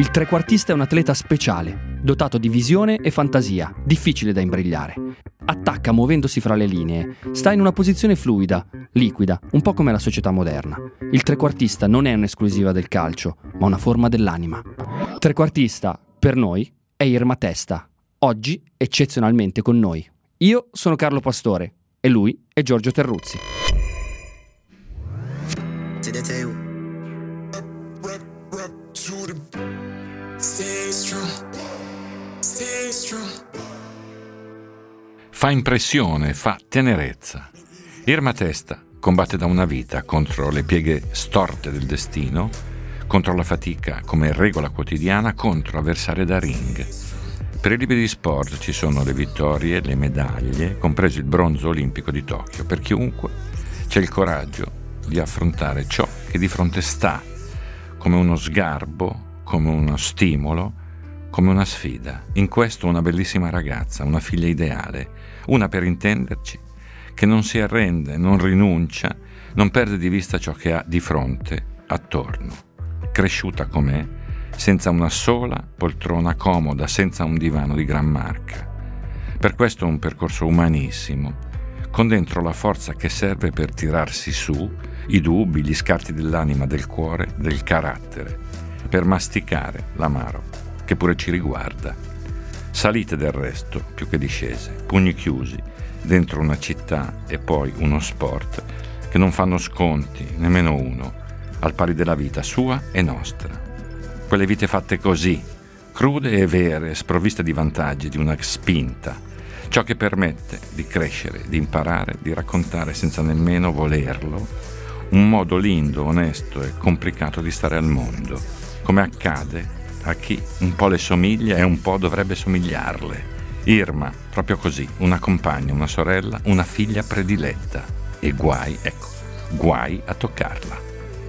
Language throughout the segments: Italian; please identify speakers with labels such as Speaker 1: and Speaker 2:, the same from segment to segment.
Speaker 1: Il trequartista è un atleta speciale, dotato di visione e fantasia, difficile da imbrigliare. Attacca muovendosi fra le linee, sta in una posizione fluida, liquida, un po' come la società moderna. Il trequartista non è un'esclusiva del calcio, ma una forma dell'anima. Trequartista, per noi, è Irma Testa. Oggi, eccezionalmente con noi. Io sono Carlo Pastore e lui è Giorgio Terruzzi.
Speaker 2: Fa impressione, fa tenerezza. Irma Testa combatte da una vita contro le pieghe storte del destino, contro la fatica come regola quotidiana, contro avversarie da ring. Per i libri di sport ci sono le vittorie, le medaglie, compreso il bronzo olimpico di Tokyo. Per chiunque c'è il coraggio di affrontare ciò che di fronte sta, come uno sgarbo, come uno stimolo, come una sfida. In questo una bellissima ragazza, una figlia ideale, una per intenderci, che non si arrende, non rinuncia, non perde di vista ciò che ha di fronte, attorno. Cresciuta com'è, senza una sola poltrona comoda, senza un divano di gran marca. Per questo è un percorso umanissimo, con dentro la forza che serve per tirarsi su i dubbi, gli scarti dell'anima, del cuore, del carattere, per masticare l'amaro che pure ci riguarda. Salite del resto, più che discese, pugni chiusi, dentro una città e poi uno sport che non fanno sconti, nemmeno uno, al pari della vita sua e nostra. Quelle vite fatte così, crude e vere, sprovviste di vantaggi, di una spinta, ciò che permette di crescere, di imparare, di raccontare senza nemmeno volerlo, un modo lindo, onesto e complicato di stare al mondo, come accade a chi un po' le somiglia e un po' dovrebbe somigliarle. Irma, proprio così, una compagna, una sorella, una figlia prediletta. E guai, ecco, guai a toccarla.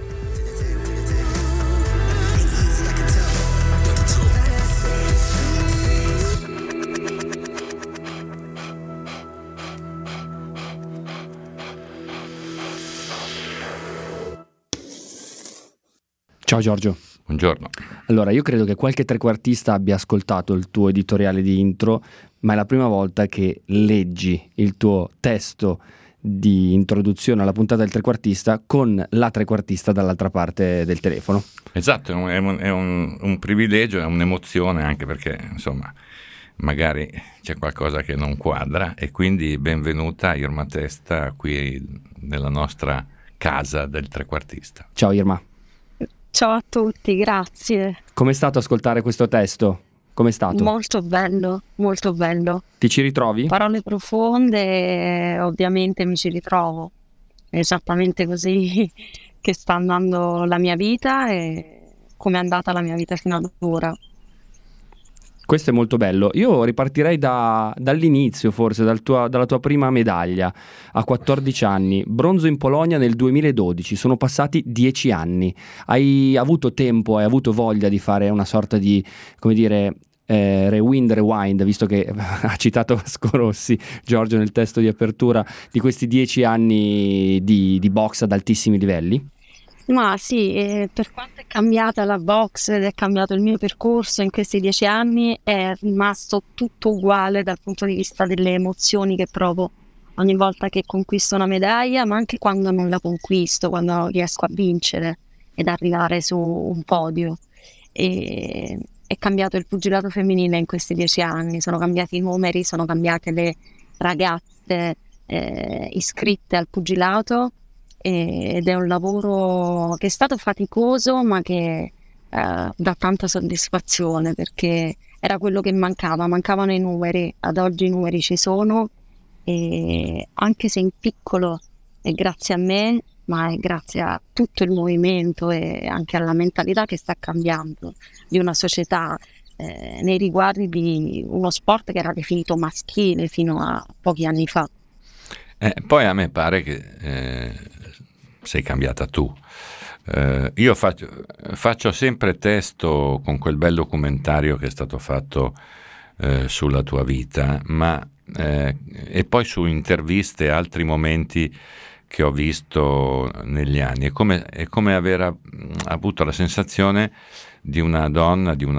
Speaker 1: Ciao Giorgio.
Speaker 2: Buongiorno.
Speaker 1: Allora, io credo che qualche trequartista abbia ascoltato il tuo editoriale di intro, ma è la prima volta che leggi il tuo testo di introduzione alla puntata del trequartista con la trequartista dall'altra parte del telefono.
Speaker 2: Esatto, è un privilegio, è un'emozione, anche perché, insomma, magari c'è qualcosa che non quadra, e quindi benvenuta Irma Testa qui nella nostra casa del trequartista.
Speaker 1: Ciao Irma.
Speaker 3: Ciao a tutti, grazie.
Speaker 1: Com'è stato ascoltare questo testo? Com'è stato?
Speaker 3: Molto bello, molto bello.
Speaker 1: Ti ci ritrovi?
Speaker 3: Parole profonde, ovviamente mi ci ritrovo. È esattamente così che sta andando la mia vita e come è andata la mia vita fino ad ora.
Speaker 1: Questo è molto bello. Io ripartirei dall'inizio, forse, dalla tua prima medaglia a 14 anni, bronzo in Polonia nel 2012. Sono passati 10 anni. Hai avuto tempo, hai avuto voglia di fare una sorta di, come dire, rewind, visto che ha citato Vasco Rossi, Giorgio, nel testo di apertura, di questi 10 anni di box ad altissimi livelli?
Speaker 3: Ma sì, per quanto è cambiata la box ed è cambiato il mio percorso in questi 10 anni, è rimasto tutto uguale dal punto di vista delle emozioni che provo ogni volta che conquisto una medaglia, ma anche quando non la conquisto, quando riesco a vincere ed arrivare su un podio. E è cambiato il pugilato femminile in questi 10 anni, sono cambiati i numeri, sono cambiate le ragazze iscritte al pugilato. Ed è un lavoro che è stato faticoso, ma che dà tanta soddisfazione, perché era quello che mancavano i numeri. Ad oggi i numeri ci sono, e anche se in piccolo è grazie a me, ma è grazie a tutto il movimento e anche alla mentalità che sta cambiando di una società nei riguardi di uno sport che era definito maschile fino a pochi anni fa.
Speaker 2: Poi a me pare che sei cambiata tu. Io faccio sempre testo con quel bel documentario che è stato fatto sulla tua vita, ma e poi su interviste e altri momenti che ho visto negli anni. È come aver avuto la sensazione di una donna, di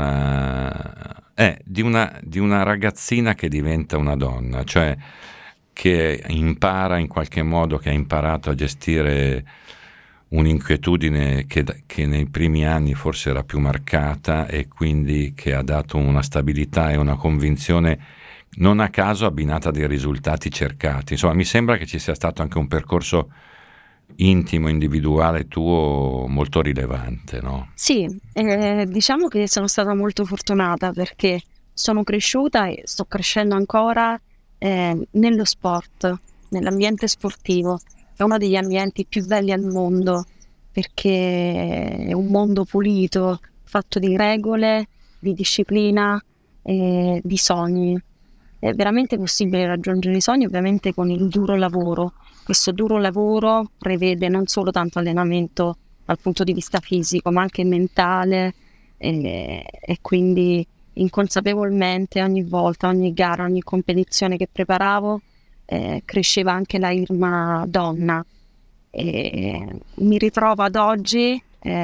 Speaker 2: una ragazzina che diventa una donna, cioè che impara in qualche modo, che ha imparato a gestire un'inquietudine che nei primi anni forse era più marcata, e quindi che ha dato una stabilità e una convinzione non a caso abbinata a dei risultati cercati. Insomma, mi sembra che ci sia stato anche un percorso intimo, individuale tuo molto rilevante, no?
Speaker 3: Sì, diciamo che sono stata molto fortunata perché sono cresciuta e sto crescendo ancora nello sport, nell'ambiente sportivo. È uno degli ambienti più belli al mondo perché è un mondo pulito, fatto di regole, di disciplina e di sogni. È veramente possibile raggiungere i sogni, ovviamente con il duro lavoro. Questo duro lavoro prevede non solo tanto allenamento dal punto di vista fisico, ma anche mentale, e quindi inconsapevolmente ogni volta, ogni gara, ogni competizione che preparavo, cresceva anche la Irma donna. E mi ritrovo ad oggi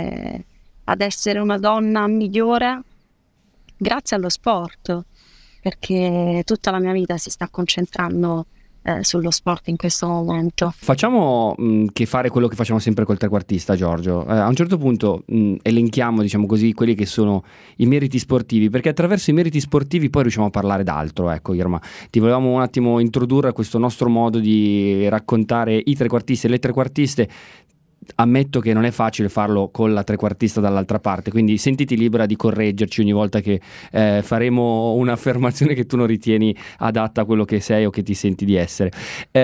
Speaker 3: ad essere una donna migliore grazie allo sport, perché tutta la mia vita si sta concentrando sullo sport in questo momento.
Speaker 1: Facciamo che fare quello che facciamo sempre col trequartista, Giorgio. A un certo punto elenchiamo, diciamo così, quelli che sono i meriti sportivi, perché attraverso i meriti sportivi poi riusciamo a parlare d'altro. Ecco, Irma, ti volevamo un attimo introdurre a questo nostro modo di raccontare i trequartisti e le trequartiste. Ammetto che non è facile farlo con la trequartista dall'altra parte, quindi sentiti libera di correggerci ogni volta che faremo un'affermazione che tu non ritieni adatta a quello che sei o che ti senti di essere.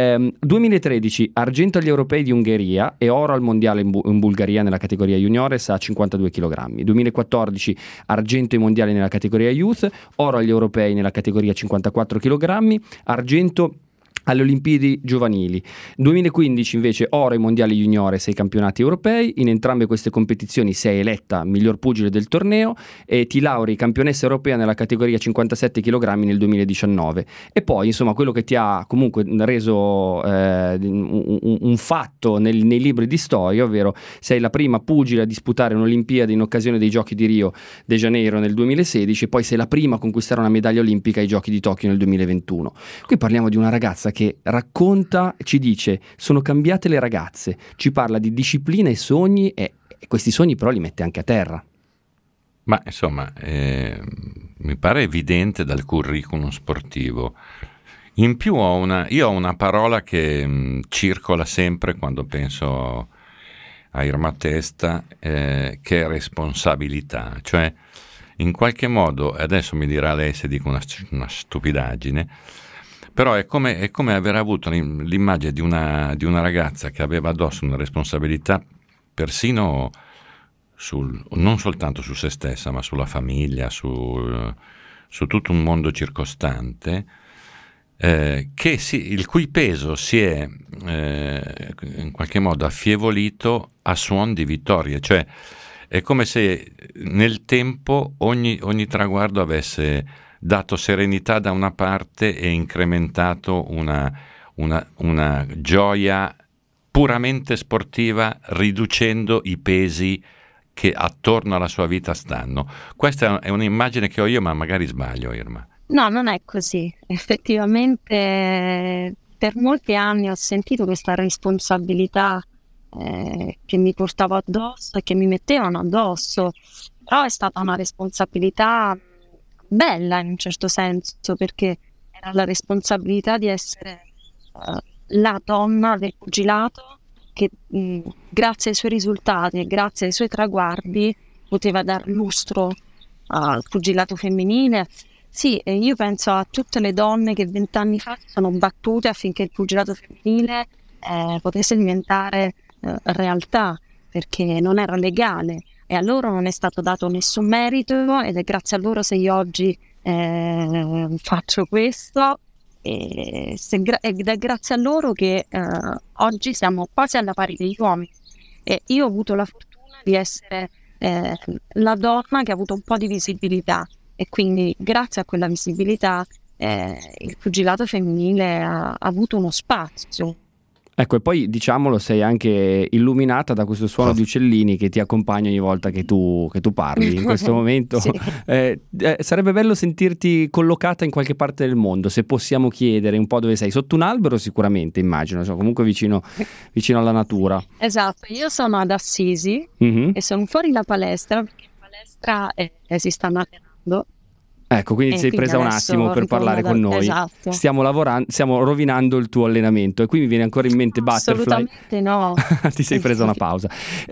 Speaker 1: 2013 argento agli europei di Ungheria e oro al mondiale in Bulgaria nella categoria juniores a 52 kg. 2014 argento ai mondiali nella categoria youth, oro agli europei nella categoria 54 kg, argento alle Olimpiadi giovanili. 2015 invece oro ai mondiali juniores e ai campionati europei. In entrambe queste competizioni sei eletta miglior pugile del torneo e ti lauri campionessa europea nella categoria 57 kg nel 2019. E poi insomma quello che ti ha comunque reso un fatto nei libri di storia, ovvero sei la prima pugile a disputare un'Olimpiade in occasione dei Giochi di Rio de Janeiro nel 2016 e poi sei la prima a conquistare una medaglia olimpica ai Giochi di Tokyo nel 2021. Qui parliamo di una ragazza che racconta, ci dice sono cambiate le ragazze, ci parla di disciplina e sogni e questi sogni però li mette anche a terra.
Speaker 2: Ma insomma mi pare evidente dal curriculum sportivo. In più io ho una parola che circola sempre quando penso a Irma Testa, che è responsabilità. Cioè in qualche modo, adesso mi dirà lei se dico una stupidaggine, però è come aver avuto l'immagine di una ragazza che aveva addosso una responsabilità persino non soltanto su se stessa, ma sulla famiglia, su tutto un mondo circostante, il cui peso si è in qualche modo affievolito a suon di vittorie. Cioè è come se nel tempo ogni traguardo avesse dato serenità da una parte e incrementato una gioia puramente sportiva, riducendo i pesi che attorno alla sua vita stanno. Questa è un'immagine che ho io, ma magari sbaglio, Irma.
Speaker 3: No, non è così. Effettivamente per molti anni ho sentito questa responsabilità che mi portavo addosso e che mi mettevano addosso, però è stata una responsabilità bella in un certo senso, perché era la responsabilità di essere la donna del pugilato che grazie ai suoi risultati e grazie ai suoi traguardi poteva dar lustro al pugilato femminile. Sì, e io penso a tutte le donne che 20 anni fa si sono battute affinché il pugilato femminile potesse diventare realtà, perché non era legale. E a loro non è stato dato nessun merito ed è grazie a loro se io oggi faccio questo ed è grazie a loro che oggi siamo quasi alla pari degli uomini. E io ho avuto la fortuna di essere la donna che ha avuto un po' di visibilità e quindi grazie a quella visibilità il pugilato femminile ha avuto uno spazio.
Speaker 1: Ecco, e poi diciamolo, sei anche illuminata da questo suono di uccellini che ti accompagna ogni volta che tu parli. In questo momento
Speaker 3: Sì.
Speaker 1: sarebbe bello sentirti collocata in qualche parte del mondo, se possiamo chiedere un po' dove sei. Sotto un albero sicuramente, immagino, comunque vicino alla natura.
Speaker 3: Esatto, io sono ad Assisi
Speaker 1: Mhm.
Speaker 3: e sono fuori la palestra perché in palestra si stanno allenando.
Speaker 1: Ecco, quindi ti sei
Speaker 3: Quindi
Speaker 1: presa un
Speaker 3: adesso
Speaker 1: attimo per
Speaker 3: ritorno
Speaker 1: parlare con noi.
Speaker 3: Esatto.
Speaker 1: Stiamo rovinando il tuo allenamento e qui mi viene ancora in mente Butterfly.
Speaker 3: Assolutamente no.
Speaker 1: Ti sei presa una pausa.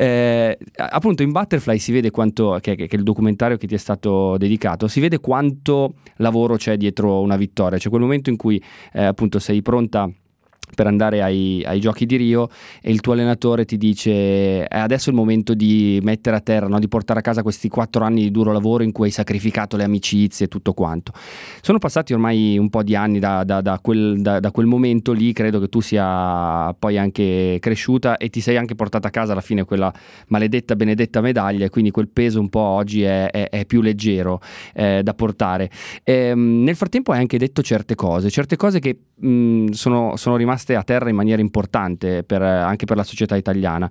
Speaker 1: Appunto in Butterfly si vede quanto, che è il documentario che ti è stato dedicato, si vede quanto lavoro c'è dietro una vittoria. C'è quel momento in cui appunto sei pronta per andare ai giochi di Rio e il tuo allenatore ti dice adesso è il momento di mettere a terra, no? Di portare a casa questi 4 anni di duro lavoro in cui hai sacrificato le amicizie e tutto quanto. Sono passati ormai un po' di anni da quel momento lì, credo che tu sia poi anche cresciuta e ti sei anche portata a casa alla fine quella maledetta benedetta medaglia, e quindi quel peso un po' oggi è più leggero da portare. Nel frattempo hai anche detto certe cose che sono rimaste a terra in maniera importante anche per la società italiana.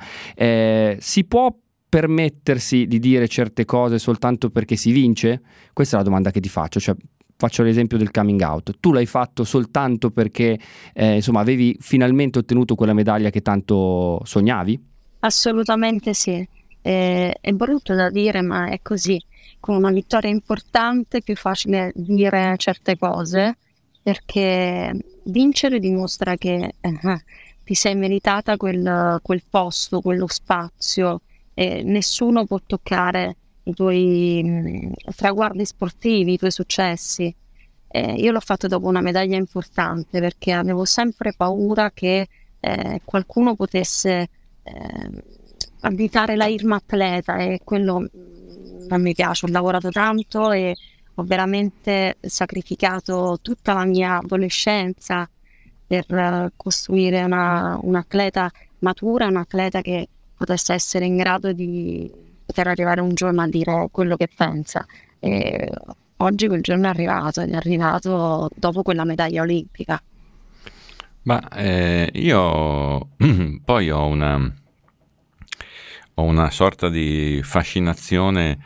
Speaker 1: Si può permettersi di dire certe cose soltanto perché si vince? Questa è la domanda che ti faccio, cioè faccio l'esempio del coming out. Tu l'hai fatto soltanto perché insomma avevi finalmente ottenuto quella medaglia che tanto sognavi?
Speaker 3: Assolutamente sì. È brutto da dire, ma è così. Con una vittoria importante è più facile dire certe cose, perché vincere dimostra che ti sei meritata quel posto, quello spazio, e nessuno può toccare i tuoi traguardi sportivi, i tuoi successi. Io l'ho fatto dopo una medaglia importante perché avevo sempre paura che qualcuno potesse additare la Irma atleta, e quello non mi piace. Ho lavorato tanto e ho veramente sacrificato tutta la mia adolescenza per costruire un atleta matura, un atleta che potesse essere in grado di poter arrivare un giorno a dire quello che pensa. E oggi quel giorno è arrivato, ed è arrivato dopo quella medaglia olimpica.
Speaker 2: Ma io poi ho una sorta di fascinazione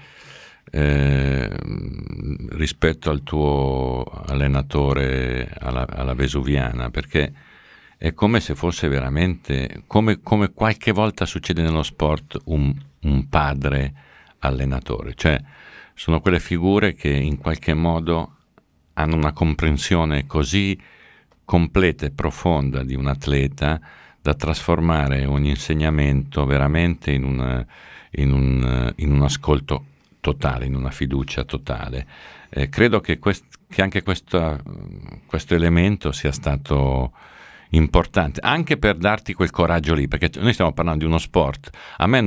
Speaker 2: rispetto al tuo allenatore alla Vesuviana, perché è come se fosse veramente, come qualche volta succede nello sport, un padre allenatore. Cioè sono quelle figure che in qualche modo hanno una comprensione così completa e profonda di un atleta da trasformare ogni insegnamento veramente in un ascolto totale, in una fiducia totale. Credo che anche questo elemento sia stato importante, anche per darti quel coraggio lì, perché noi stiamo parlando di uno sport. A me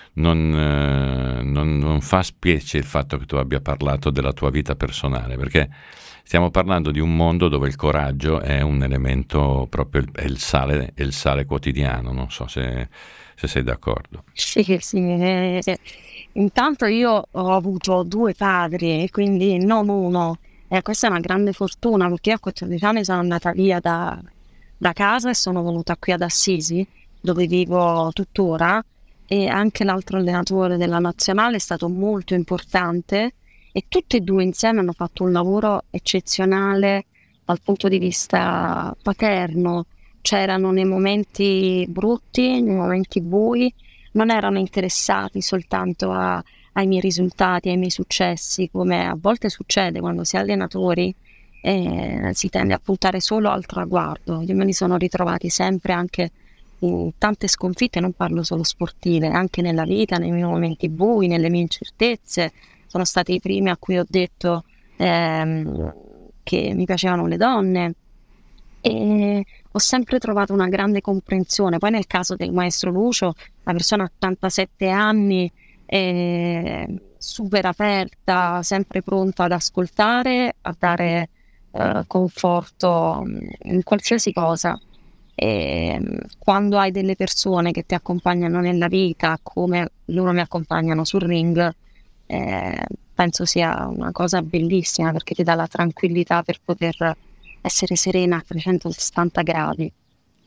Speaker 2: non fa specie il fatto che tu abbia parlato della tua vita personale, perché stiamo parlando di un mondo dove il coraggio è un elemento proprio, è il sale quotidiano. Non so se sei d'accordo.
Speaker 3: Sì, sì. Intanto io ho avuto 2 padri, e quindi non uno. Questa è una grande fortuna, perché io a 14 anni sono andata via da casa e sono venuta qui ad Assisi, dove vivo tuttora, e anche l'altro allenatore della nazionale è stato molto importante, e tutti e 2 insieme hanno fatto un lavoro eccezionale dal punto di vista paterno. C'erano nei momenti brutti, nei momenti bui, non erano interessati soltanto ai miei risultati, ai miei successi, come a volte succede quando si è allenatori. Si tende a puntare solo al traguardo. Io me li sono ritrovati sempre anche in tante sconfitte, non parlo solo sportive, anche nella vita, nei miei momenti bui, nelle mie incertezze. Sono stati i primi a cui ho detto che mi piacevano le donne, e ho sempre trovato una grande comprensione. Poi nel caso del maestro Lucio, la persona ha 87 anni, super aperta, sempre pronta ad ascoltare, a dare conforto in qualsiasi cosa. E quando hai delle persone che ti accompagnano nella vita come loro mi accompagnano sul ring, penso sia una cosa bellissima, perché ti dà la tranquillità per poter essere serena a 360 gradi.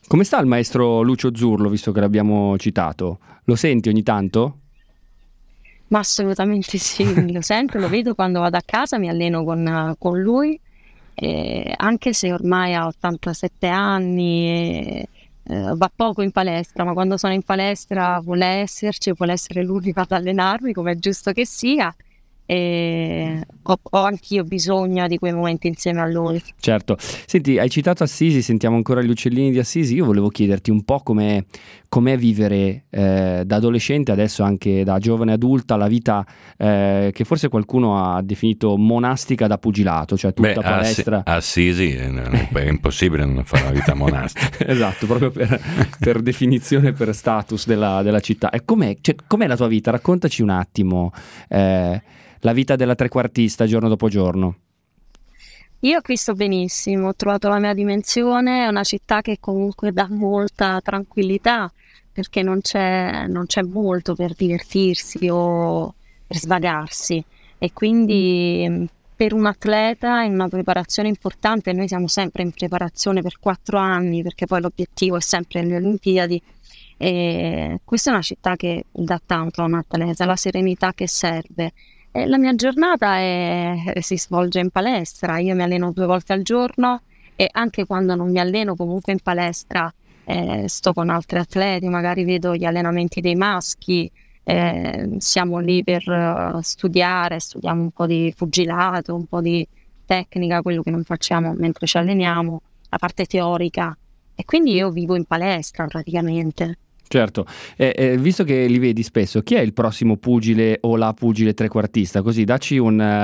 Speaker 1: Come sta il maestro Lucio Zurlo, visto che l'abbiamo citato? Lo senti ogni tanto?
Speaker 3: Ma assolutamente sì, lo sento, lo vedo quando vado a casa, mi alleno con lui, anche se ormai ha 87 anni e va poco in palestra, ma quando sono in palestra vuole esserci, vuole essere l'unica ad allenarmi, come è giusto che sia, e ho anch'io bisogno di quei momenti insieme a lui.
Speaker 1: Certo. Senti, hai citato Assisi, sentiamo ancora gli uccellini di Assisi. Io volevo chiederti un po' com'è vivere da adolescente, adesso anche da giovane adulta, la vita che forse qualcuno ha definito monastica da pugilato, cioè tutta palestra.
Speaker 2: Assisi è impossibile non fare una vita monastica.
Speaker 1: Esatto, proprio per definizione, per status della città. E com'è la tua vita? Raccontaci un attimo la vita della trequartista giorno dopo giorno.
Speaker 3: Io qui sto benissimo, ho trovato la mia dimensione, è una città che comunque dà molta tranquillità perché non c'è molto per divertirsi o per svagarsi e quindi per un atleta in una preparazione importante, noi siamo sempre in preparazione per 4 anni perché poi l'obiettivo è sempre le Olimpiadi e questa è una città che dà tanto a un atleta, la serenità che serve. La mia giornata si svolge in palestra, io mi alleno 2 volte al giorno e anche quando non mi alleno comunque in palestra sto con altri atleti, magari vedo gli allenamenti dei maschi, siamo lì per studiamo un po' di pugilato, un po' di tecnica, quello che non facciamo mentre ci alleniamo, la parte teorica e quindi io vivo in palestra praticamente.
Speaker 1: Certo, visto che li vedi spesso, chi è il prossimo pugile o la pugile trequartista? Così dacci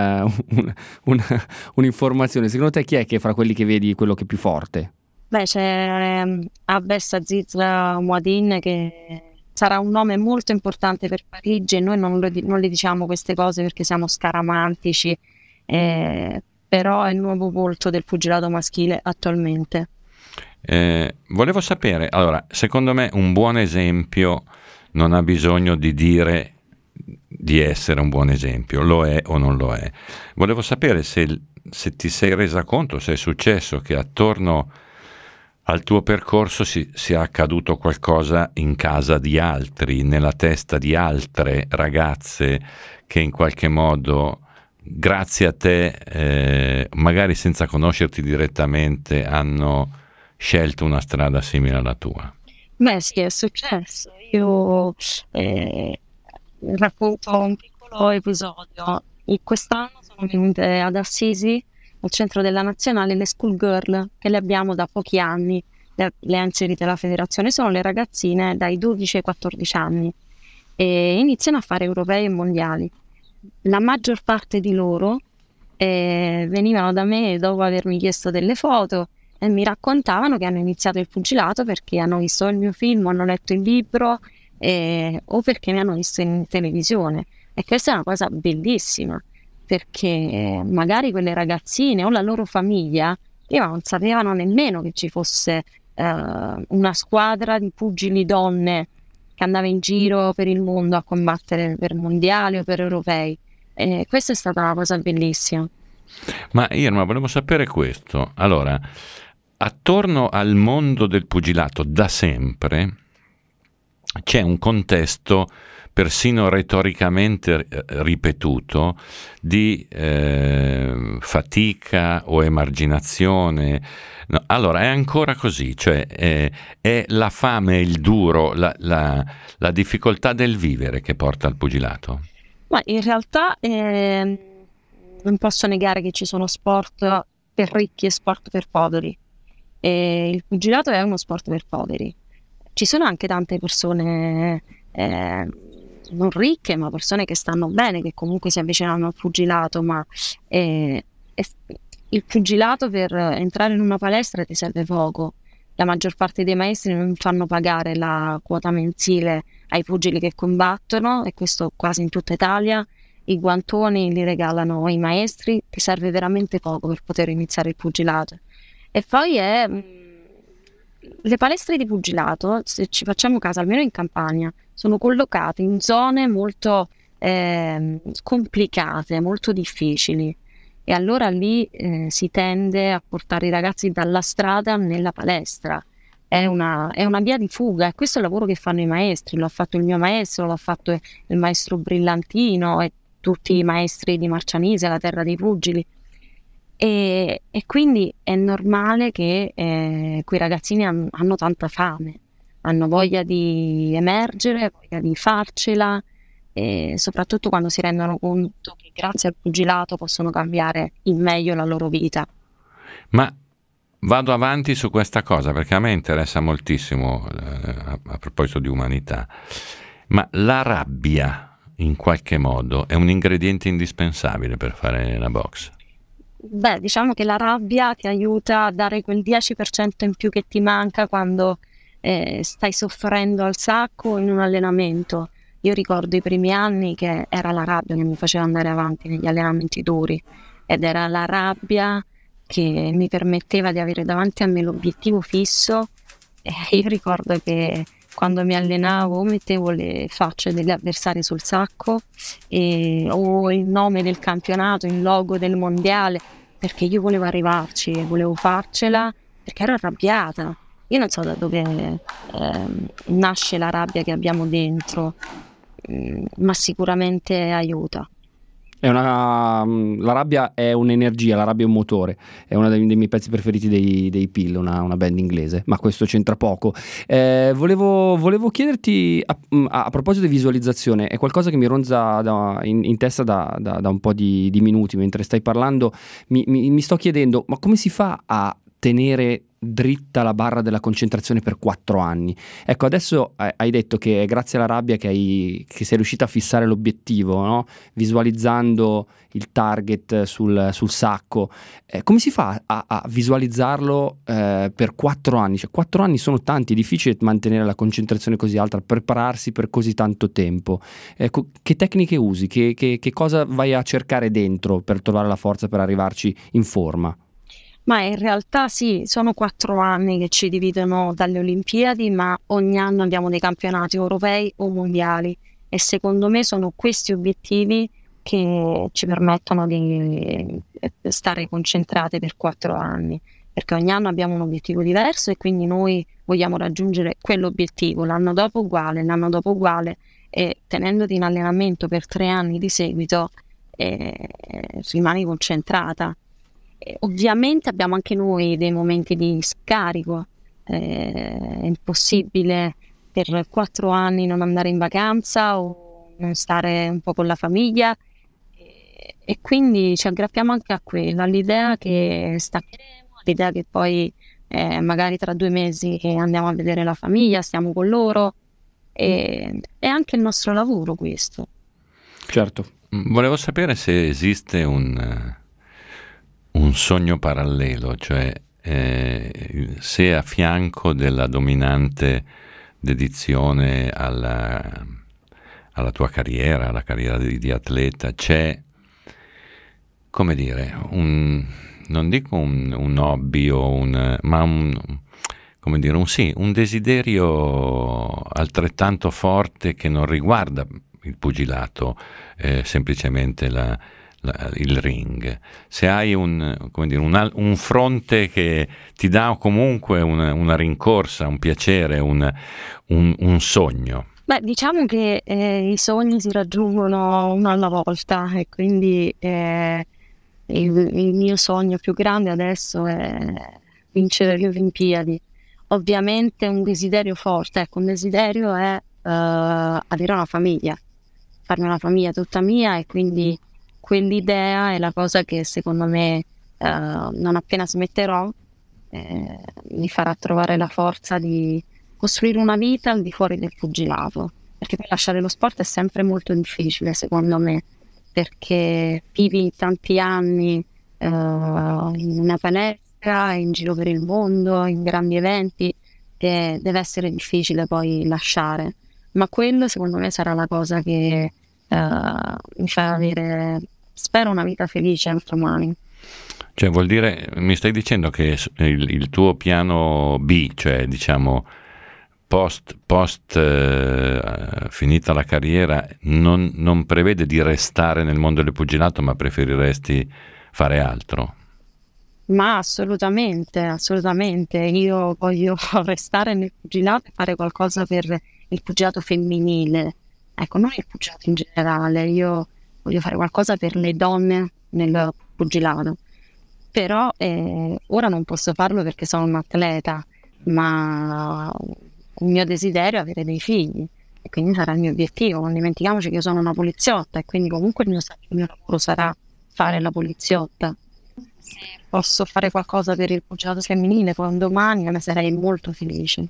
Speaker 1: un'informazione. Secondo te chi è che fra quelli che vedi è quello che è più forte?
Speaker 3: Beh, c'è Abbes Aziz Mouadine che sarà un nome molto importante per Parigi e noi non le diciamo queste cose perché siamo scaramantici, però è il nuovo volto del pugilato maschile attualmente.
Speaker 2: Volevo sapere, allora, secondo me un buon esempio non ha bisogno di dire di essere un buon esempio, lo è o non lo è. Volevo sapere se ti sei resa conto, se è successo che attorno al tuo percorso sia accaduto qualcosa in casa di altri, nella testa di altre ragazze che in qualche modo, grazie a te, magari senza conoscerti direttamente, hanno scelto una strada simile alla tua.
Speaker 3: Beh sì, è successo. Io racconto un piccolo episodio. Quest'anno sono venute ad Assisi, al centro della nazionale, le schoolgirl, che le abbiamo da pochi anni, le ha inserite la federazione, sono le ragazzine dai 12 ai 14 anni e iniziano a fare europei e mondiali. La maggior parte di loro venivano da me dopo avermi chiesto delle foto e mi raccontavano che hanno iniziato il pugilato perché hanno visto il mio film, hanno letto il libro o perché mi hanno visto in televisione. E questa è una cosa bellissima perché magari quelle ragazzine o la loro famiglia prima non sapevano nemmeno che ci fosse una squadra di pugili donne che andava in giro per il mondo a combattere per mondiali o per europei. Questa è stata una cosa bellissima.
Speaker 2: Ma Irma, volevo sapere questo. Allora, attorno al mondo del pugilato da sempre c'è un contesto persino retoricamente ripetuto di fatica o emarginazione. No, allora è ancora così, cioè è la fame, il duro, la difficoltà del vivere che porta al pugilato?
Speaker 3: Ma in realtà non posso negare che ci sono sport per ricchi e sport per poveri. E il pugilato è uno sport per poveri. Ci sono anche tante persone non ricche, ma persone che stanno bene, che comunque si avvicinano al pugilato, ma il pugilato per entrare in una palestra ti serve poco. La maggior parte dei maestri non fanno pagare la quota mensile ai pugili che combattono, e questo quasi in tutta Italia. I guantoni li regalano i maestri, ti serve veramente poco per poter iniziare il pugilato. E poi le palestre di pugilato, se ci facciamo caso, almeno in Campania, sono collocate in zone molto complicate, molto difficili. E allora lì si tende a portare i ragazzi dalla strada nella palestra. è una via di fuga, e questo è il lavoro che fanno i maestri, lo ha fatto il mio maestro, lo ha fatto il maestro Brillantino e tutti i maestri di Marcianise, la terra dei pugili. E quindi è normale che quei ragazzini hanno tanta fame, hanno voglia di emergere, voglia di farcela, e soprattutto quando si rendono conto che grazie al pugilato possono cambiare in meglio la loro vita.
Speaker 2: Ma vado avanti su questa cosa perché a me interessa moltissimo, a proposito di umanità, ma la rabbia in qualche modo è un ingrediente indispensabile per fare la boxe?
Speaker 3: Beh, diciamo che la rabbia ti aiuta a dare quel 10% in più che ti manca quando stai soffrendo al sacco in un allenamento. Io ricordo i primi anni che era la rabbia che mi faceva andare avanti negli allenamenti duri, ed era la rabbia che mi permetteva di avere davanti a me l'obiettivo fisso. E io ricordo che quando mi allenavo mettevo le facce degli avversari sul sacco o il nome del campionato, il logo del mondiale, perché io volevo arrivarci e volevo farcela, perché ero arrabbiata. Io non so da dove nasce la rabbia che abbiamo dentro, ma sicuramente aiuta.
Speaker 1: La rabbia è un'energia, la rabbia è un motore, è uno dei miei pezzi preferiti dei Pill, una band inglese, ma questo c'entra poco. Volevo chiederti a proposito di visualizzazione, è qualcosa che mi ronza in testa da un po' di minuti mentre stai parlando. Mi sto chiedendo, ma come si fa a tenere dritta la barra della concentrazione per 4 anni? Ecco, adesso hai detto che è grazie alla rabbia che sei riuscita a fissare l'obiettivo, no? Visualizzando il target sul sacco. Come si fa a visualizzarlo per 4 anni? Cioè, 4 anni sono tanti, è difficile mantenere la concentrazione così alta, prepararsi per così tanto tempo. Che tecniche usi? Che cosa vai a cercare dentro per trovare la forza per arrivarci in forma?
Speaker 3: Ma in realtà sì, sono 4 anni che ci dividono dalle Olimpiadi, ma ogni anno abbiamo dei campionati europei o mondiali, e secondo me sono questi obiettivi che ci permettono di stare concentrate per 4 anni, perché ogni anno abbiamo un obiettivo diverso e quindi noi vogliamo raggiungere quell'obiettivo, l'anno dopo uguale, e tenendoti in allenamento per 3 anni di seguito rimani concentrata. Ovviamente abbiamo anche noi dei momenti di scarico, è impossibile per 4 anni non andare in vacanza o non stare un po' con la famiglia, e quindi ci aggrappiamo anche a quello, all'idea che staccheremo, all'idea che poi magari tra 2 mesi andiamo a vedere la famiglia, stiamo con loro, e è anche il nostro lavoro questo.
Speaker 1: Certo.
Speaker 2: Volevo sapere se esiste un sogno parallelo, cioè se a fianco della dominante dedizione alla tua carriera, alla carriera di atleta, c'è, come dire, non dico un hobby ma come dire, un desiderio altrettanto forte che non riguarda il pugilato, semplicemente il ring. Se hai un fronte che ti dà comunque una rincorsa, un piacere, un sogno.
Speaker 3: Beh, diciamo che i sogni si raggiungono uno alla volta, e quindi il mio sogno più grande adesso è vincere le Olimpiadi. Ovviamente un desiderio forte, ecco, un desiderio è avere una famiglia, farmi una famiglia tutta mia, e quindi quell'idea è la cosa che secondo me non appena smetterò mi farà trovare la forza di costruire una vita al di fuori del pugilato, perché poi lasciare lo sport è sempre molto difficile secondo me, perché vivi tanti anni in una palestra, in giro per il mondo, in grandi eventi, che deve essere difficile poi lasciare, ma quello secondo me sarà la cosa che mi fa avere, spero, una vita felice anche domani.
Speaker 2: Cioè, vuol dire, mi stai dicendo che il tuo piano B, cioè diciamo post finita la carriera, non prevede di restare nel mondo del pugilato, ma preferiresti fare altro?
Speaker 3: Ma assolutamente, assolutamente. Io voglio restare nel pugilato e fare qualcosa per il pugilato femminile. Ecco, non il pugilato in generale. Io voglio fare qualcosa per le donne nel pugilato. Però ora non posso farlo perché sono un atleta, ma il mio desiderio è avere dei figli e quindi sarà il mio obiettivo. Non dimentichiamoci che io sono una poliziotta e quindi comunque il mio lavoro sarà fare la poliziotta. Se posso fare qualcosa per il pugilato femminile poi un domani, ne sarei molto felice.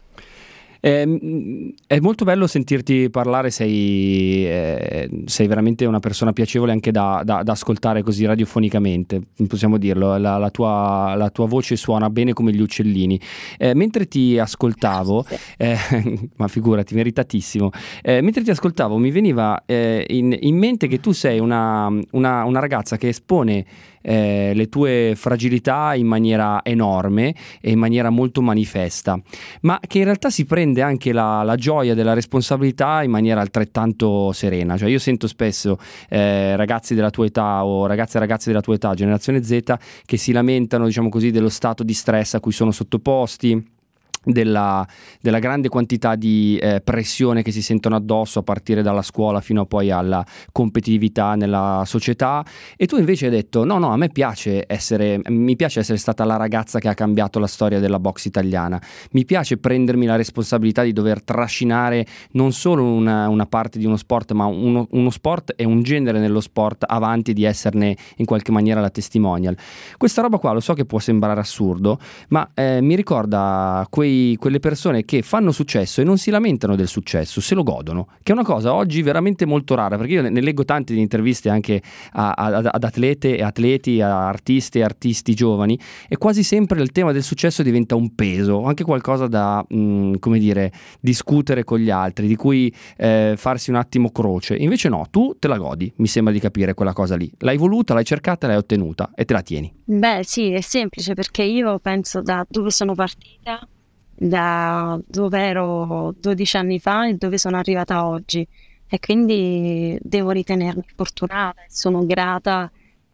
Speaker 1: È molto bello sentirti parlare, sei veramente una persona piacevole anche da ascoltare così radiofonicamente, possiamo dirlo, la tua voce suona bene come gli uccellini. Mentre ti ascoltavo, ma figurati, meritatissimo, mentre ti ascoltavo mi veniva in mente che tu sei una ragazza che espone le tue fragilità in maniera enorme e in maniera molto manifesta, ma che in realtà si prende anche la gioia della responsabilità in maniera altrettanto serena. Cioè io sento spesso ragazzi della tua età o ragazze e ragazzi della tua età, generazione Z, che si lamentano, diciamo così, dello stato di stress a cui sono sottoposti, della grande quantità di pressione che si sentono addosso a partire dalla scuola fino a poi alla competitività nella società. E tu invece hai detto no, a me mi piace essere stata la ragazza che ha cambiato la storia della box italiana, mi piace prendermi la responsabilità di dover trascinare non solo una parte di uno sport, ma uno sport e un genere nello sport avanti, di esserne in qualche maniera la testimonial. Questa roba qua lo so che può sembrare assurdo, ma mi ricorda quelle persone che fanno successo e non si lamentano del successo, se lo godono, che è una cosa oggi veramente molto rara, perché io ne leggo tante di interviste anche ad atlete e atleti, a artiste e artisti giovani, e quasi sempre il tema del successo diventa un peso, anche qualcosa da come dire, discutere con gli altri, di cui farsi un attimo croce. Invece no, tu te la godi, mi sembra di capire quella cosa lì, l'hai voluta, l'hai cercata, l'hai ottenuta e te la tieni.
Speaker 3: Beh, sì, è semplice perché io penso da dove sono partita, da dove ero 12 anni fa e dove sono arrivata oggi, e quindi devo ritenermi fortunata. Sono grata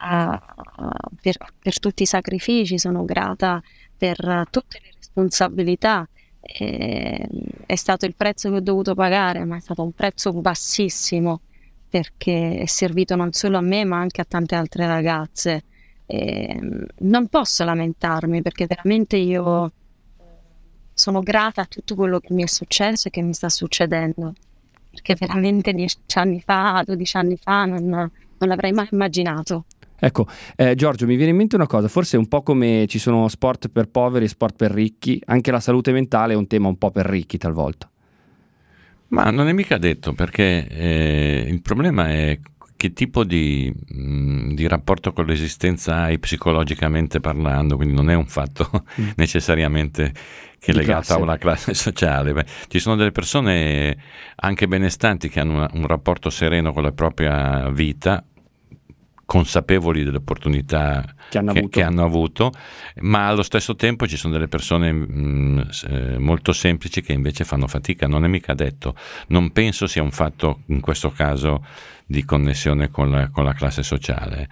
Speaker 3: per tutti i sacrifici, sono grata per tutte le responsabilità. È stato il prezzo che ho dovuto pagare, ma è stato un prezzo bassissimo perché è servito non solo a me ma anche a tante altre ragazze. Non posso lamentarmi perché veramente io sono grata a tutto quello che mi è successo e che mi sta succedendo, perché veramente 10 anni fa, 12 anni fa non l'avrei mai immaginato.
Speaker 1: Ecco, Giorgio, mi viene in mente una cosa, forse un po' come ci sono sport per poveri e sport per ricchi, anche la salute mentale è un tema un po' per ricchi talvolta.
Speaker 2: Ma non è mica detto, perché il problema è che tipo di rapporto con l'esistenza hai psicologicamente parlando, quindi non è un fatto necessariamente che è legato a una classe sociale. Beh, ci sono delle persone anche benestanti che hanno un rapporto sereno con la propria vita, consapevoli delle opportunità che hanno avuto, ma allo stesso tempo ci sono delle persone molto semplici che invece fanno fatica. Non è mica detto, non penso sia un fatto in questo caso di connessione con la classe sociale.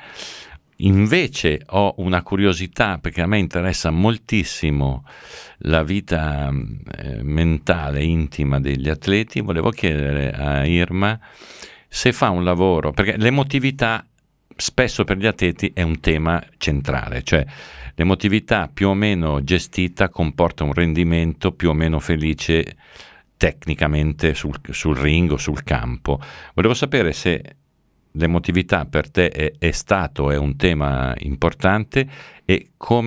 Speaker 2: Invece ho una curiosità, perché a me interessa moltissimo la vita mentale, intima degli atleti. Volevo chiedere a Irma se fa un lavoro, perché l'emotività spesso per gli atleti è un tema centrale, cioè l'emotività più o meno gestita comporta un rendimento più o meno felice tecnicamente sul ring o sul campo. Volevo sapere se l'emotività per te è stato, è un tema importante, e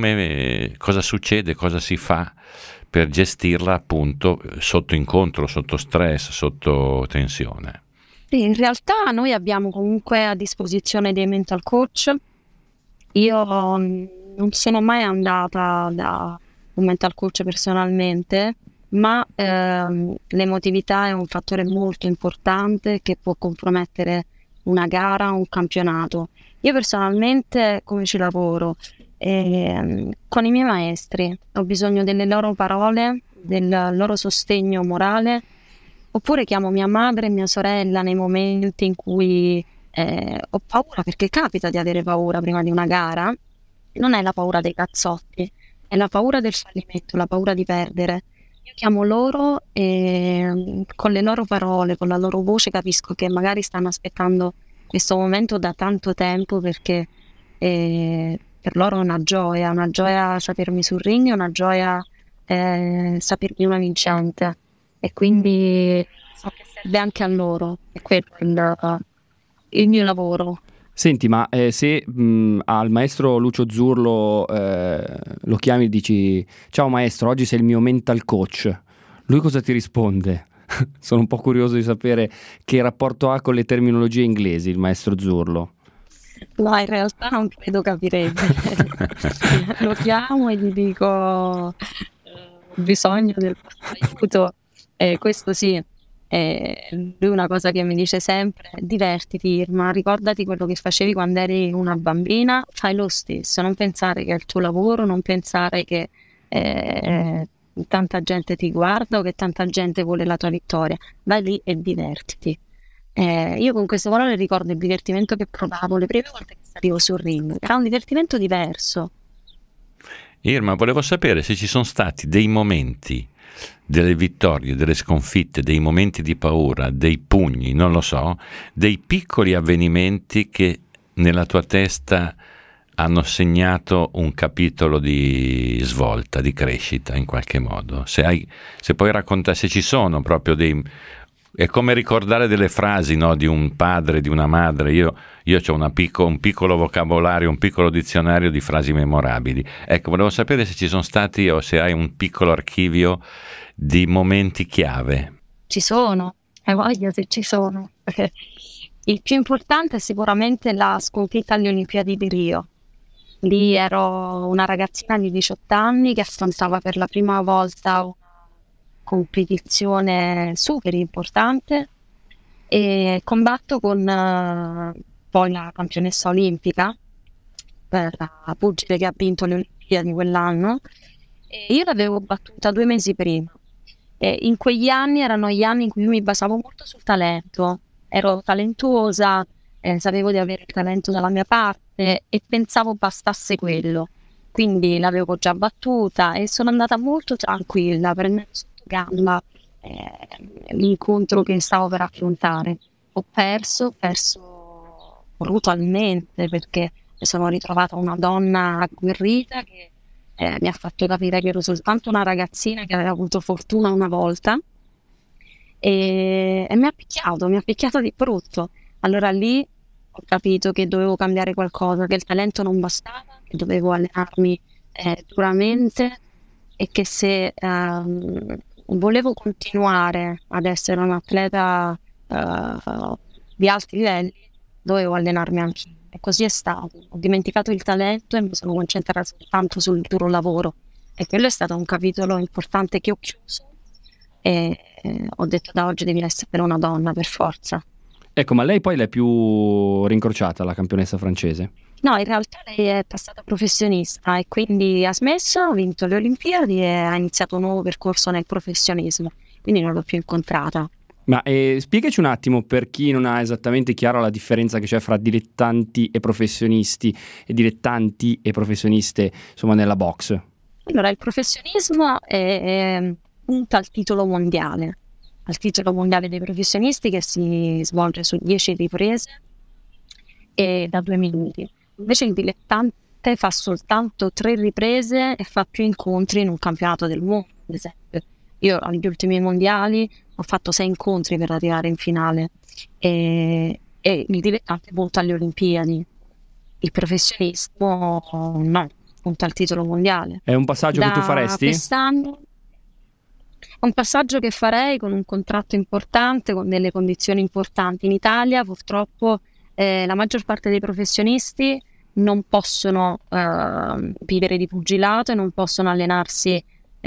Speaker 2: cosa succede, cosa si fa per gestirla appunto sotto incontro, sotto stress, sotto tensione.
Speaker 3: In realtà noi abbiamo comunque a disposizione dei mental coach. Io non sono mai andata da un mental coach personalmente, ma l'emotività è un fattore molto importante che può compromettere una gara, un campionato. Io personalmente come ci lavoro? Con i miei maestri. Ho bisogno delle loro parole, del loro sostegno morale. Oppure chiamo mia madre e mia sorella nei momenti in cui ho paura, perché capita di avere paura prima di una gara, non è la paura dei cazzotti, è la paura del fallimento, la paura di perdere. Io chiamo loro e con le loro parole, con la loro voce capisco che magari stanno aspettando questo momento da tanto tempo, perché per loro è una gioia sapermi sul ring, è una gioia sapermi una vincente, e quindi so che serve anche a loro, è quello il mio lavoro.
Speaker 1: Senti, ma se al maestro Lucio Zurlo lo chiami e dici ciao maestro, oggi sei il mio mental coach, lui cosa ti risponde? Sono un po' curioso di sapere che rapporto ha con le terminologie inglesi il maestro Zurlo.
Speaker 3: No, in realtà non credo capirebbe. Lo chiamo e gli dico ho bisogno del vostro aiuto. Questo sì, lui una cosa che mi dice sempre è: divertiti Irma, ricordati quello che facevi quando eri una bambina, fai lo stesso, non pensare che è il tuo lavoro, non pensare che tanta gente ti guarda o che tanta gente vuole la tua vittoria, vai lì e divertiti. Io con queste parole ricordo il divertimento che provavo le prime volte che salivo sul ring, era un divertimento diverso.
Speaker 2: Irma, volevo sapere se ci sono stati dei momenti, delle vittorie, delle sconfitte, dei momenti di paura, dei pugni, non lo so, dei piccoli avvenimenti che nella tua testa hanno segnato un capitolo di svolta, di crescita in qualche modo. Se puoi raccontare, se ci sono proprio dei... È come ricordare delle frasi, no, di un padre, di una madre. Io ho un piccolo vocabolario, un piccolo dizionario di frasi memorabili. Ecco, volevo sapere se ci sono stati o se hai un piccolo archivio di momenti chiave.
Speaker 3: Ci sono, hai voglia se ci sono. Il più importante è sicuramente la sconfitta alle Olimpiadi di Rio. Lì ero una ragazzina di 18 anni che affrontava per la prima volta una competizione super importante e combatto con poi la campionessa olimpica, la pugile che ha vinto le Olimpiadi quell'anno, e io l'avevo battuta 2 mesi prima. E in quegli anni erano gli anni in cui io mi basavo molto sul talento, ero talentuosa, sapevo di avere il talento dalla mia parte e pensavo bastasse quello, quindi l'avevo già battuta e sono andata molto tranquilla, prendendo sotto gamba l'incontro che stavo per affrontare. Ho perso brutalmente, perché mi sono ritrovata una donna agguerrita che mi ha fatto capire che ero soltanto una ragazzina che aveva avuto fortuna una volta, e mi ha picchiato di brutto. Allora lì ho capito che dovevo cambiare qualcosa, che il talento non bastava, che dovevo allenarmi duramente, e che se volevo continuare ad essere un atleta di alti livelli dovevo allenarmi anche io. E così è stato. Ho dimenticato il talento e mi sono concentrata soltanto sul duro lavoro, e quello è stato un capitolo importante che ho chiuso, e ho detto: da oggi devi essere una donna per forza.
Speaker 1: Ecco, ma lei poi l'è più rincorciata, la campionessa francese?
Speaker 3: No, in realtà lei è passata professionista e quindi ha smesso, ha vinto le Olimpiadi e ha iniziato un nuovo percorso nel professionismo, quindi non l'ho più incontrata.
Speaker 1: Ma spiegaci un attimo, per chi non ha esattamente chiara la differenza che c'è fra dilettanti e professionisti e dilettanti e professioniste, insomma, nella box.
Speaker 3: Allora, il professionismo punta al titolo mondiale dei professionisti, che si svolge su 10 riprese e da 2 minuti. Invece il dilettante fa soltanto 3 riprese e fa più incontri in un campionato del mondo, ad esempio. Io agli ultimi mondiali ho fatto 6 incontri per arrivare in finale, e il dilettante punta alle Olimpiadi. Il professionismo no, punta al titolo mondiale.
Speaker 1: È un passaggio che tu faresti?
Speaker 3: Quest'anno è un passaggio che farei con un contratto importante, con delle condizioni importanti. In Italia purtroppo la maggior parte dei professionisti non possono vivere di pugilato e non possono allenarsi,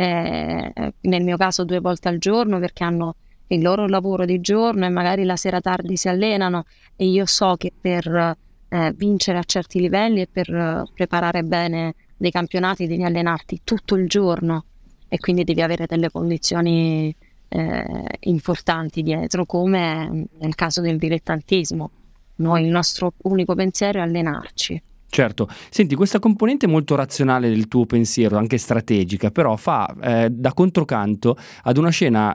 Speaker 3: nel mio caso 2 volte al giorno, perché hanno il loro lavoro di giorno e magari la sera tardi si allenano, e io so che per vincere a certi livelli e per preparare bene dei campionati devi allenarti tutto il giorno, e quindi devi avere delle condizioni importanti dietro, come nel caso del dilettantismo. Noi il nostro unico pensiero è allenarci.
Speaker 1: Certo, senti, questa componente molto razionale del tuo pensiero, anche strategica, però fa da controcanto ad una scena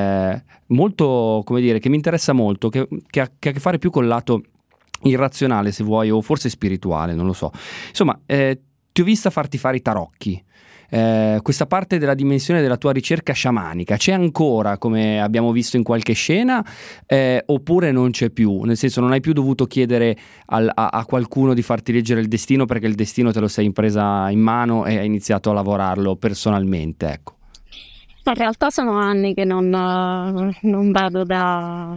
Speaker 1: molto, come dire, che mi interessa molto, che ha a che fare più col lato irrazionale, se vuoi, o forse spirituale, non lo so. Insomma, ti ho vista farti fare i tarocchi. Questa parte della dimensione della tua ricerca sciamanica c'è ancora, come abbiamo visto in qualche scena, oppure non c'è più? Nel senso, non hai più dovuto chiedere a qualcuno di farti leggere il destino, perché il destino te lo sei presa in mano e hai iniziato a lavorarlo personalmente, ecco.
Speaker 3: In realtà sono anni che non vado da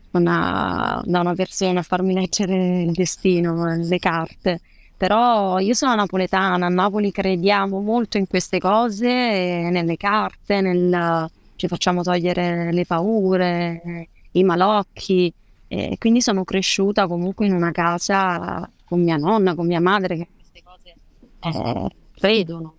Speaker 3: una persona a farmi leggere il destino, le carte. Però io sono napoletana, a Napoli crediamo molto in queste cose, nelle carte, ci facciamo togliere le paure, i malocchi, e quindi sono cresciuta comunque in una casa con mia nonna, con mia madre, che queste cose credono.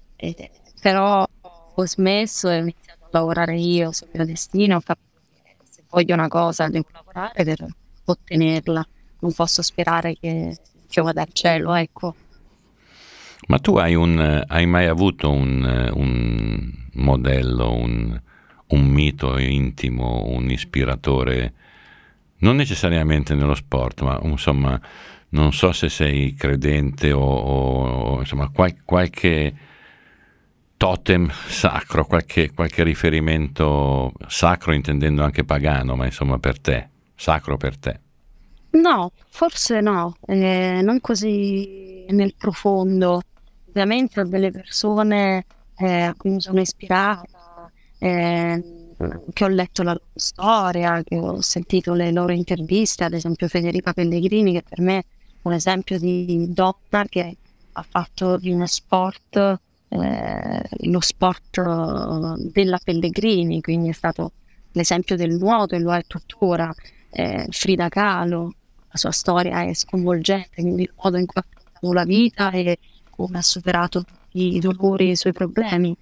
Speaker 3: Però ho smesso e ho iniziato a lavorare io sul mio destino, ho capito che se voglio una cosa devo lavorare per ottenerla, non posso sperare che vada al cielo, ecco.
Speaker 2: Ma tu hai mai avuto un modello, un mito intimo, un ispiratore, non necessariamente nello sport, ma insomma, non so se sei credente o insomma qualche totem sacro, qualche riferimento sacro, intendendo anche pagano, ma insomma per te, sacro per te.
Speaker 3: No, forse no, non così nel profondo. Ovviamente ho delle persone a cui mi sono ispirata, che ho letto la loro storia, che ho sentito le loro interviste, ad esempio Federica Pellegrini, che per me è un esempio di donna che ha fatto di uno sport, lo sport della Pellegrini, quindi è stato l'esempio del nuoto e lo è tuttora. Frida Kahlo, la sua storia è sconvolgente, quindi il modo in cui ha affrontato la vita e come ha superato tutti i dolori e i suoi problemi.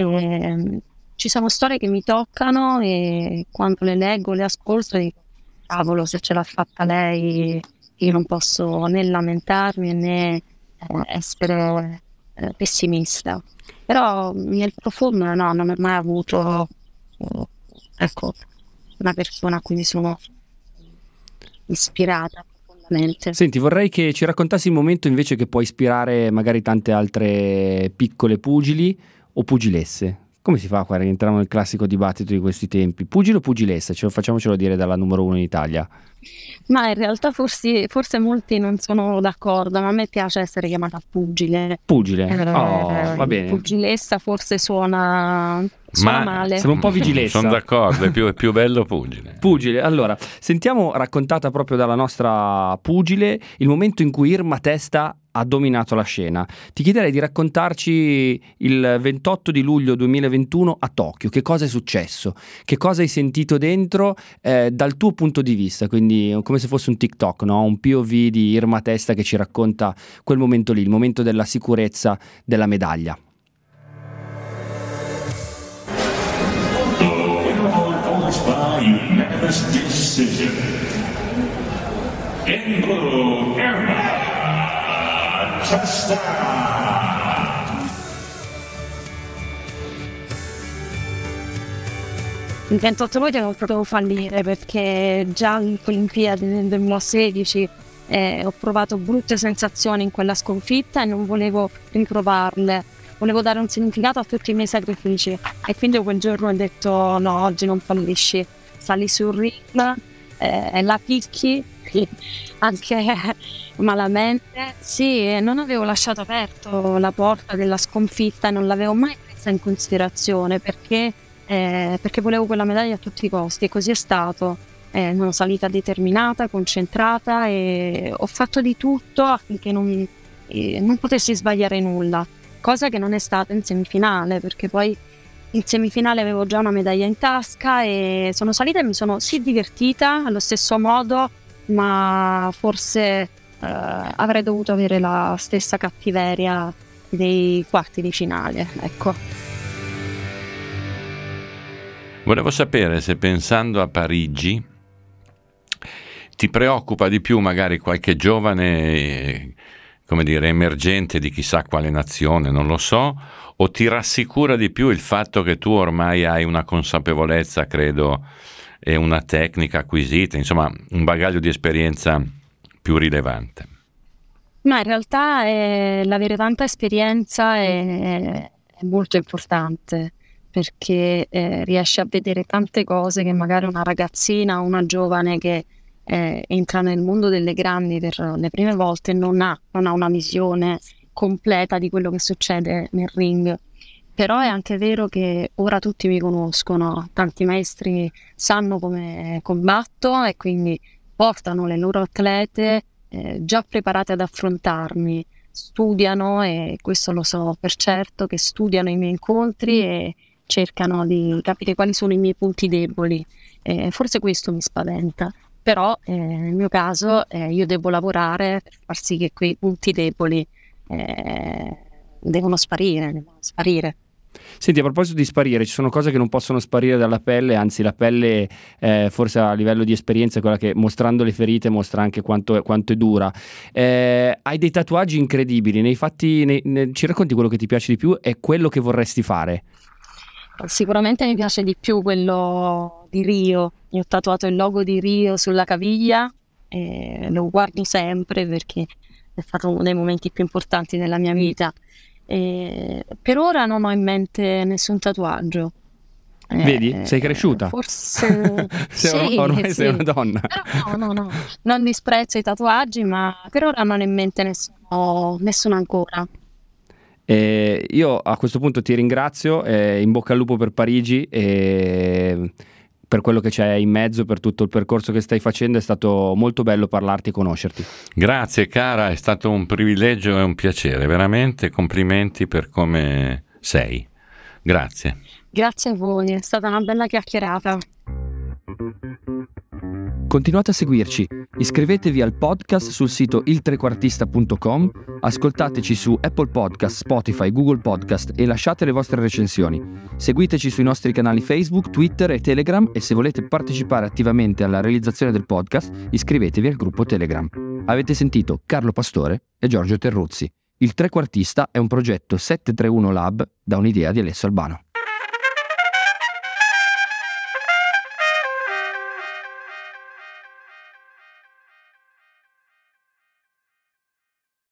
Speaker 3: Ci sono storie che mi toccano e quando le leggo, le ascolto, dico, cavolo, se ce l'ha fatta lei, io non posso né lamentarmi né essere pessimista. Però nel profondo no, non ho mai avuto ecco, una persona a cui mi sono ispirata profondamente.
Speaker 1: Senti, vorrei che ci raccontassi il momento invece che può ispirare magari tante altre piccole pugili o pugilesse. Come si fa qua? Rientriamo nel classico dibattito di questi tempi. Pugile o pugilessa? Facciamocelo dire dalla numero 1 in Italia.
Speaker 3: Ma in realtà forse molti non sono d'accordo, ma a me piace essere chiamata pugile.
Speaker 1: Pugile? Va bene.
Speaker 3: Pugilessa forse suona male.
Speaker 1: Sono un po' vigilessa.
Speaker 2: Sono d'accordo, è più bello pugile.
Speaker 1: Pugile. Allora, sentiamo raccontata proprio dalla nostra pugile il momento in cui Irma Testa ha dominato la scena. Ti chiederei di raccontarci il 28 di luglio 2021 a Tokyo. Che cosa è successo? Che cosa hai sentito dentro dal tuo punto di vista? Quindi come se fosse un TikTok, no? Un POV di Irma Testa che ci racconta quel momento lì, il momento della sicurezza della medaglia.
Speaker 4: In blue, Irma Testa.
Speaker 3: Il 28 luglio non potevo fallire perché già alle Olimpiadi nel 2016 ho provato brutte sensazioni in quella sconfitta e non volevo riprovarle. Volevo dare un significato a tutti i miei sacrifici e quindi quel giorno ho detto no, oggi non fallisci, sali sul ring, la picchi anche malamente. Sì, non avevo lasciato aperto la porta della sconfitta, non l'avevo mai presa in considerazione perché volevo quella medaglia a tutti i costi e così è stato. Sono salita determinata, concentrata e ho fatto di tutto affinché non potessi sbagliare nulla, cosa che non è stata in semifinale, perché poi in semifinale avevo già una medaglia in tasca e sono salita e mi sono sì divertita allo stesso modo, ma forse avrei dovuto avere la stessa cattiveria dei quarti di finale, ecco.
Speaker 2: Volevo sapere se pensando a Parigi ti preoccupa di più magari qualche giovane come dire, emergente di chissà quale nazione, non lo so, o ti rassicura di più il fatto che tu ormai hai una consapevolezza, credo, e una tecnica acquisita, insomma, un bagaglio di esperienza più rilevante?
Speaker 3: Ma in realtà l'avere tanta esperienza è molto importante, perché riesci a vedere tante cose che magari una ragazzina o una giovane che entra nel mondo delle grandi per le prime volte non ha una visione completa di quello che succede nel ring. Però è anche vero che ora tutti mi conoscono, tanti maestri sanno come combatto e quindi portano le loro atlete già preparate ad affrontarmi, studiano, e questo lo so per certo, che studiano i miei incontri e cercano di capire quali sono i miei punti deboli. Forse questo mi spaventa, però nel mio caso io devo lavorare per far sì che quei punti deboli devono sparire.
Speaker 1: Senti, a proposito di sparire, ci sono cose che non possono sparire dalla pelle, anzi la pelle forse a livello di esperienza è quella che, mostrando le ferite, mostra anche quanto è dura. Hai dei tatuaggi incredibili, ci racconti quello che ti piace di più e quello che vorresti fare?
Speaker 3: Sicuramente mi piace di più quello di Rio. Io ho tatuato il logo di Rio sulla caviglia e lo guardo sempre perché è stato uno dei momenti più importanti della mia vita. Per ora non ho in mente nessun tatuaggio.
Speaker 1: Vedi? Sei cresciuta?
Speaker 3: Forse
Speaker 1: ormai
Speaker 3: sì.
Speaker 1: sei una donna.
Speaker 3: Però no, non disprezzo i tatuaggi, ma per ora non ho in mente nessuno ancora.
Speaker 1: Io a questo punto ti ringrazio, in bocca al lupo per Parigi e per quello che c'è in mezzo, per tutto il percorso che stai facendo. È stato molto bello parlarti e conoscerti.
Speaker 2: Grazie cara, è stato un privilegio e un piacere, veramente complimenti per come sei. Grazie.
Speaker 3: Grazie a voi, è stata una bella chiacchierata.
Speaker 1: Continuate a seguirci, iscrivetevi al podcast sul sito iltrequartista.com, ascoltateci su Apple Podcast, Spotify, Google Podcast e lasciate le vostre recensioni. Seguiteci sui nostri canali Facebook, Twitter e Telegram, e se volete partecipare attivamente alla realizzazione del podcast, iscrivetevi al gruppo Telegram. Avete sentito Carlo Pastore e Giorgio Terruzzi. Il Trequartista è un progetto 731 Lab da un'idea di Alessio Albano.